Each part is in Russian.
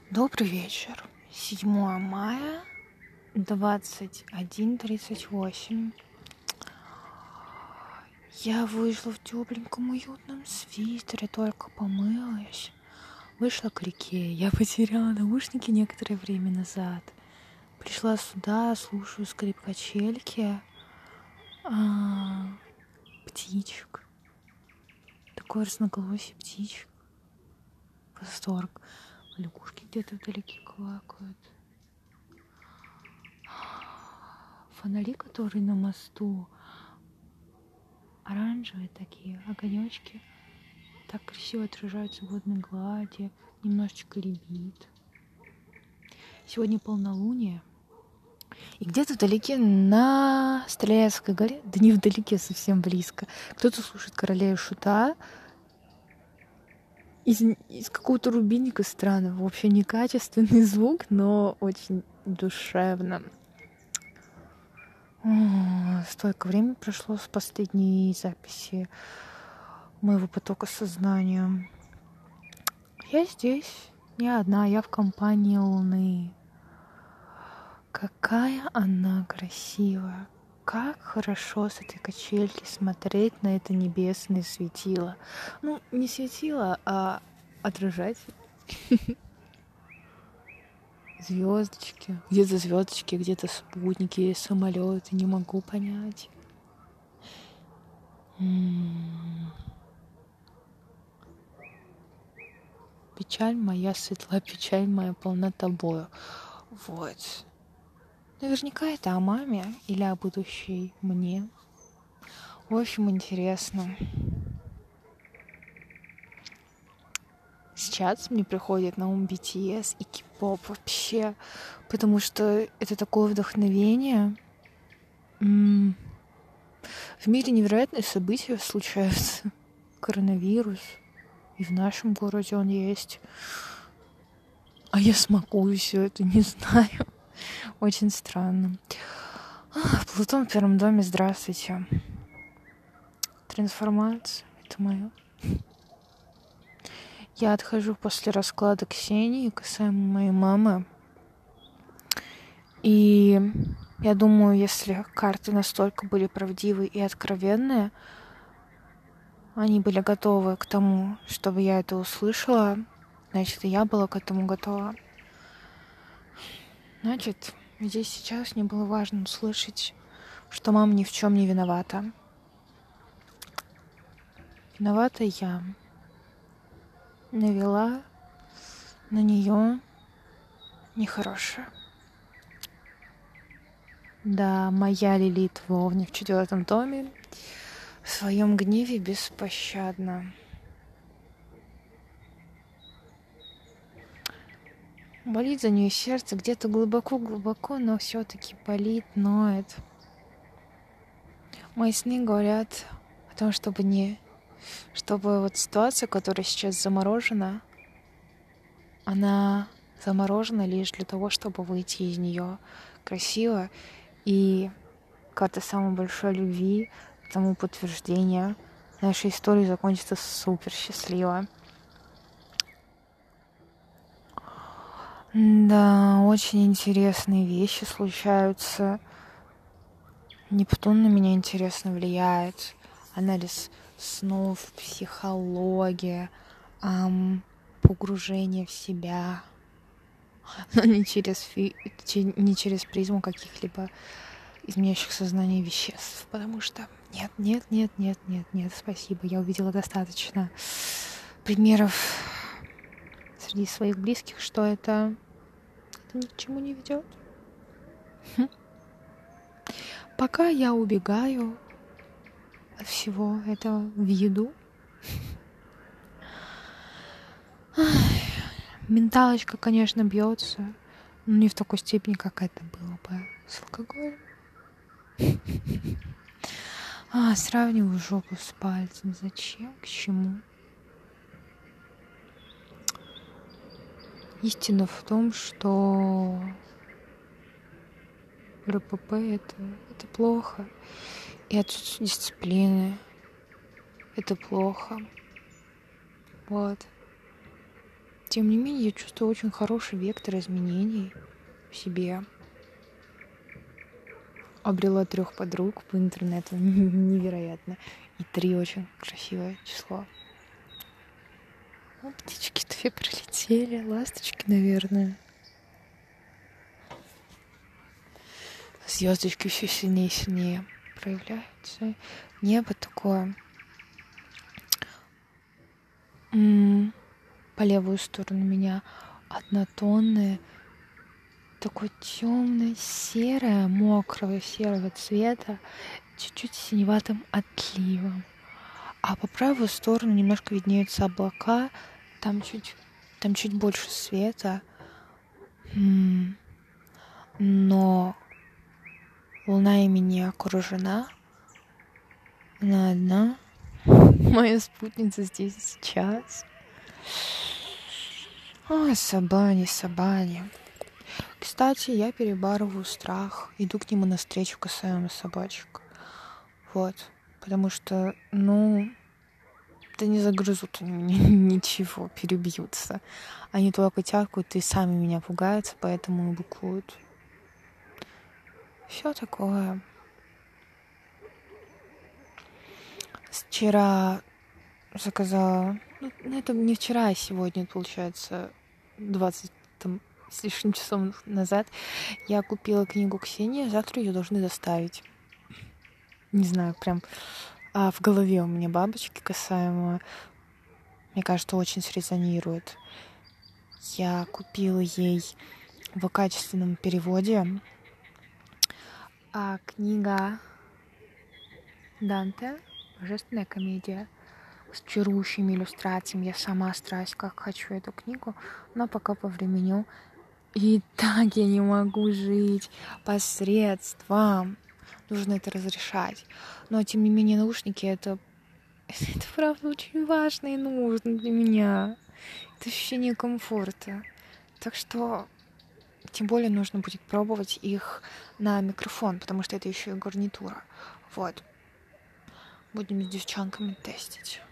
Добрый вечер. 7 мая, 21:38. Я вышла в тепленьком уютном свитере, только помылась. Вышла к реке. Я потеряла наушники некоторое время назад. Пришла сюда, слушаю скрип качельки. Птичек. Такое разноголосие птичек. Восторг. Лягушки где-то вдалеке квакают. Фонари, которые на мосту, оранжевые такие огонечки, так красиво отражаются в водной глади, немножечко рябит. Сегодня полнолуние, и где-то вдалеке на Стреляевской горе, да не вдалеке, совсем близко, кто-то слушает Короля и Шута из какого-то рубильника странного. Вообще некачественный звук, но очень душевно. Столько времени прошло с последней записи моего потока сознания. Я здесь, не одна, я в компании Луны. Какая она красивая. Как хорошо с этой качельки смотреть на это небесное светило. Ну, не светило, а отражатель. Звездочки. Где-то звездочки, где-то спутники, самолеты. Не могу понять. Печаль моя светла, печаль моя полна тобою. Вот. Наверняка это о маме или о будущей мне. В общем, интересно. Сейчас мне приходит на ум BTS и K-pop вообще, потому что это такое вдохновение. В мире невероятные события случаются. Коронавирус. И в нашем городе он есть. А я смакую все это, не знаю. Очень странно. Плутон в первом доме, здравствуйте. Трансформация, это мое. Я отхожу после расклада Ксении касаемо моей мамы. И я думаю, если карты настолько были правдивы и откровенные, они были готовы к тому, чтобы я это услышала, значит, и я была к этому готова. Значит, здесь сейчас мне было важно услышать, что мама ни в чем не виновата. Виновата я. Навела на нее нехорошее. Да, моя Лилит Вовне в 4 доме в своем гневе беспощадна. Болит за нее сердце где-то глубоко-глубоко, но все-таки болит, ноет. Мои сны говорят о том, чтобы вот ситуация, которая сейчас заморожена, она заморожена лишь для того, чтобы выйти из нее красиво. И карта самой большой любви, тому подтверждение, наша история закончится супер счастливо. Да, очень интересные вещи случаются. Нептун на меня интересно влияет. Анализ снов, психология, погружение в себя. Но не через призму каких-либо изменяющих сознание веществ. Потому что нет, спасибо. Я увидела достаточно примеров среди своих близких, что это ни к чему не ведет. Пока я убегаю от всего этого в еду. Менталочка, конечно, бьется, но не в такой степени, как это было бы с алкоголем. Сравниваю жопу с пальцем. Зачем? К чему? Истина в том, что РПП это плохо. И отсутствие дисциплины это плохо. Вот. Тем не менее, я чувствую очень хороший вектор изменений в себе. Обрела 3 подруг по интернету. Невероятно. И 3 очень красивое число. Ну, птички 2 прилетели. Ласточки, наверное. Звездочки все сильнее и сильнее проявляются. Небо такое по левую сторону меня однотонное, такое темное, серое, мокрого серого цвета, чуть-чуть синеватым отливом. А по правую сторону немножко виднеются облака, там чуть больше света, но луна ими не окружена, она одна. Моя спутница здесь и сейчас. Сабани. Кстати, я перебарываю страх, иду к нему навстречу касаемо собачек. Вот. Потому что, да не загрызут они меня ничего, перебьются. Они только тявкают и сами меня пугаются, поэтому и быкуют. Все такое. Вчера заказала... это не вчера, а сегодня, получается, 20 с лишним часов назад я купила книгу Ксении, завтра ее должны доставить. Не знаю, прям в голове у меня бабочки касаемо, мне кажется, очень срезонирует. Я купила ей в качественном переводе книга Данте «Божественная комедия» с чарующими иллюстрациями. Я сама страсть, как хочу эту книгу, но пока повременю. И так я не могу жить посредством. Нужно это разрешать. Но, тем не менее, наушники — это правда очень важно и нужно для меня. Это ощущение комфорта. Так что, тем более, нужно будет пробовать их на микрофон, потому что это еще и гарнитура. Вот. Будем с девчонками тестить.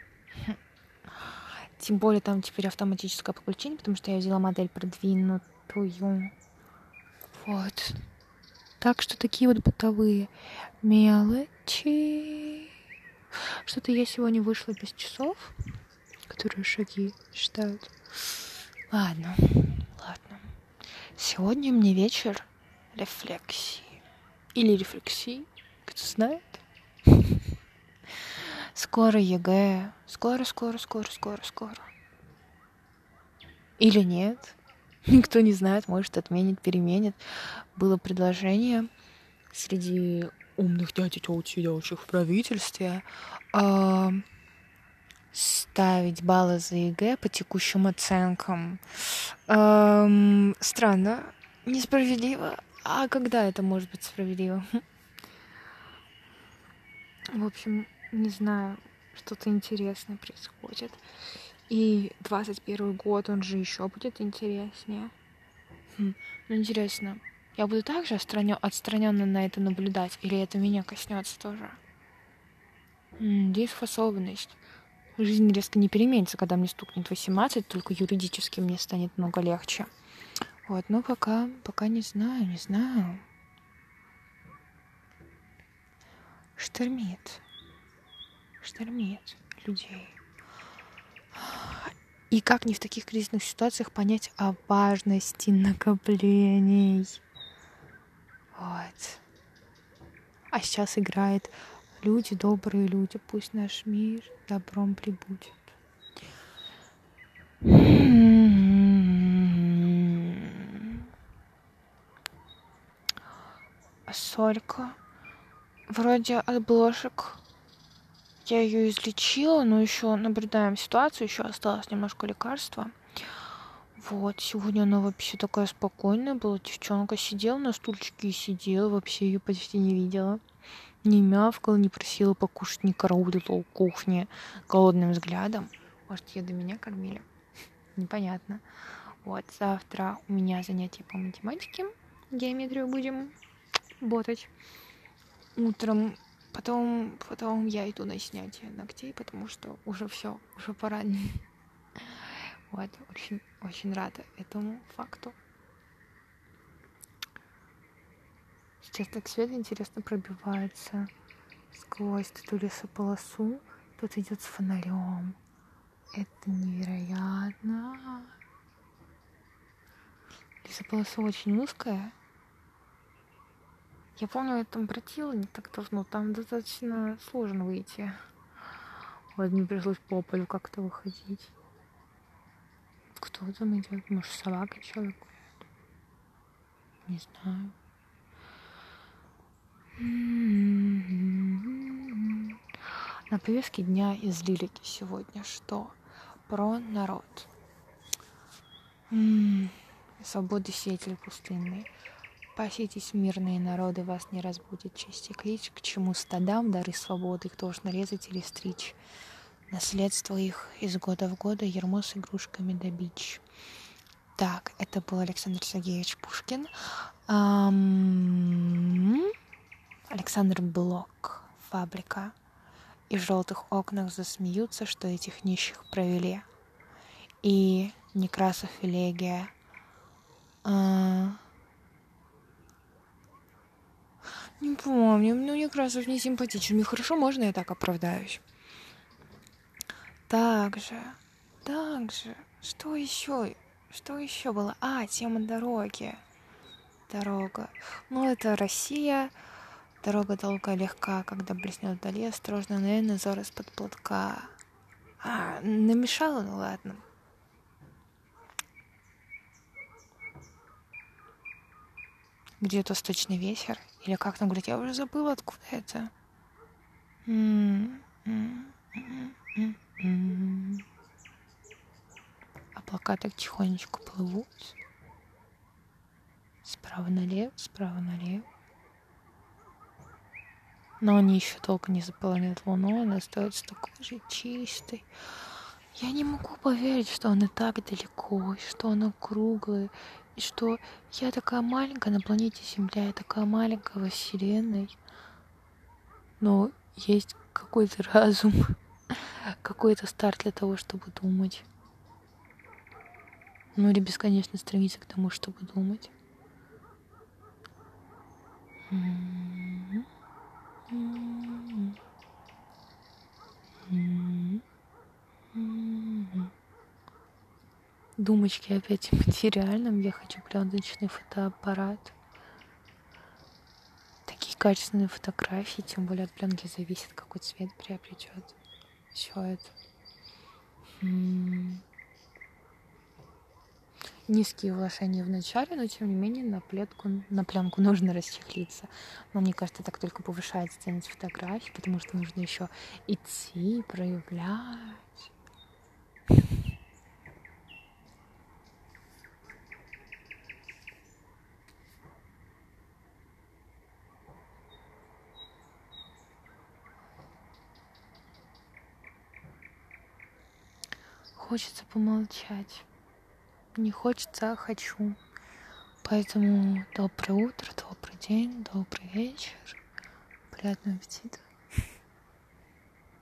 Тем более, там теперь автоматическое подключение, потому что я взяла модель продвинутую. Вот. Так что такие вот бытовые мелочи. Что-то я сегодня вышла без часов, которые шаги считают. Ладно. Сегодня мне вечер рефлексии. Или рефлексии, кто знает. Скоро ЕГЭ. Скоро. Или нет. Никто не знает, может, отменит, переменит. Было предложение среди умных дядечек, сидящих в правительстве, ставить баллы за ЕГЭ по текущим оценкам. Странно, несправедливо. А когда это может быть справедливо? В общем, не знаю, что-то интересное происходит. И 21 год, он же еще будет интереснее. Интересно, я буду также отстраненно на это наблюдать, или это меня коснется тоже? Дееспособность. Жизнь резко не переменится, когда мне стукнет 18, только юридически мне станет много легче. Вот, но пока не знаю. Штормит людей. И как не в таких кризисных ситуациях понять о важности накоплений? Вот. А сейчас играет «Люди, добрые люди, пусть наш мир добром прибудет». Солька. Вроде от блошек. Я ее излечила, но еще наблюдаем ситуацию, еще осталось немножко лекарства. Вот, сегодня она вообще такая спокойная была. Девчонка сидела на стульчике и сидела, вообще ее почти не видела. Не мявкала, не просила покушать, не караулила у кухни голодным взглядом. Может, ее до меня кормили? Непонятно. Вот, завтра у меня занятие по математике. Геометрию будем ботать утром. Потом я иду на снятие ногтей, потому что уже все, уже пора. Вот, очень рада этому факту. Сейчас так свет интересно пробивается сквозь эту лесополосу. Тут идет с фонарем. Это невероятно. Лесополоса очень узкая. Я помню, я там бродила не так давно. Там достаточно сложно выйти. Вот мне пришлось по полю как-то выходить. Кто там идет? Может, собака человек? Не знаю. На повестке дня из лирики сегодня что? Про народ. Свободы сеятель пустынный. Паситесь, мирные народы, вас не разбудит честь и клич, к чему стадам дары свободы, их должно резать или стричь. Наследство их из года в года ярмо с игрушками добичь. Так, это был Александр Сергеевич Пушкин. Александр Блок, фабрика. И в желтых окнах засмеются, что этих нищих провели. И Некрасов элегия. Не помню, Некрасов не симпатичен. Мне хорошо, можно я так оправдаюсь? Также, что еще было? Тема дороги. Дорога. Это Россия. Дорога долгая, легка, когда блеснет вдали, осторожно, наверное, взор из-под платка. Намешала? Ну ладно. Где-то восточный ветер? Или как там говорит? Я уже забыла, откуда это. Облака так тихонечко плывут. Справа налево. Но они еще толком не заполонят луной, она остается такой же чистой. Я не могу поверить, что она так далеко, что она круглая, и что я такая маленькая на планете Земля, я такая маленькая во Вселенной. Но есть какой-то разум, какой-то старт для того, чтобы думать. Или бесконечно стремиться к тому, чтобы думать. Думочки опять о материальном. Я хочу пленочный фотоаппарат. Такие качественные фотографии, тем более от пленки зависит, какой цвет приобретет. Все это. Низкие вложения в начале, но тем не менее на пленку нужно расчехлиться. Но мне кажется, так только повышает ценность фотографий, потому что нужно еще идти, проявлять. Хочется помолчать. Не хочется, а хочу. Поэтому доброе утро, добрый день, добрый вечер. Приятного аппетита.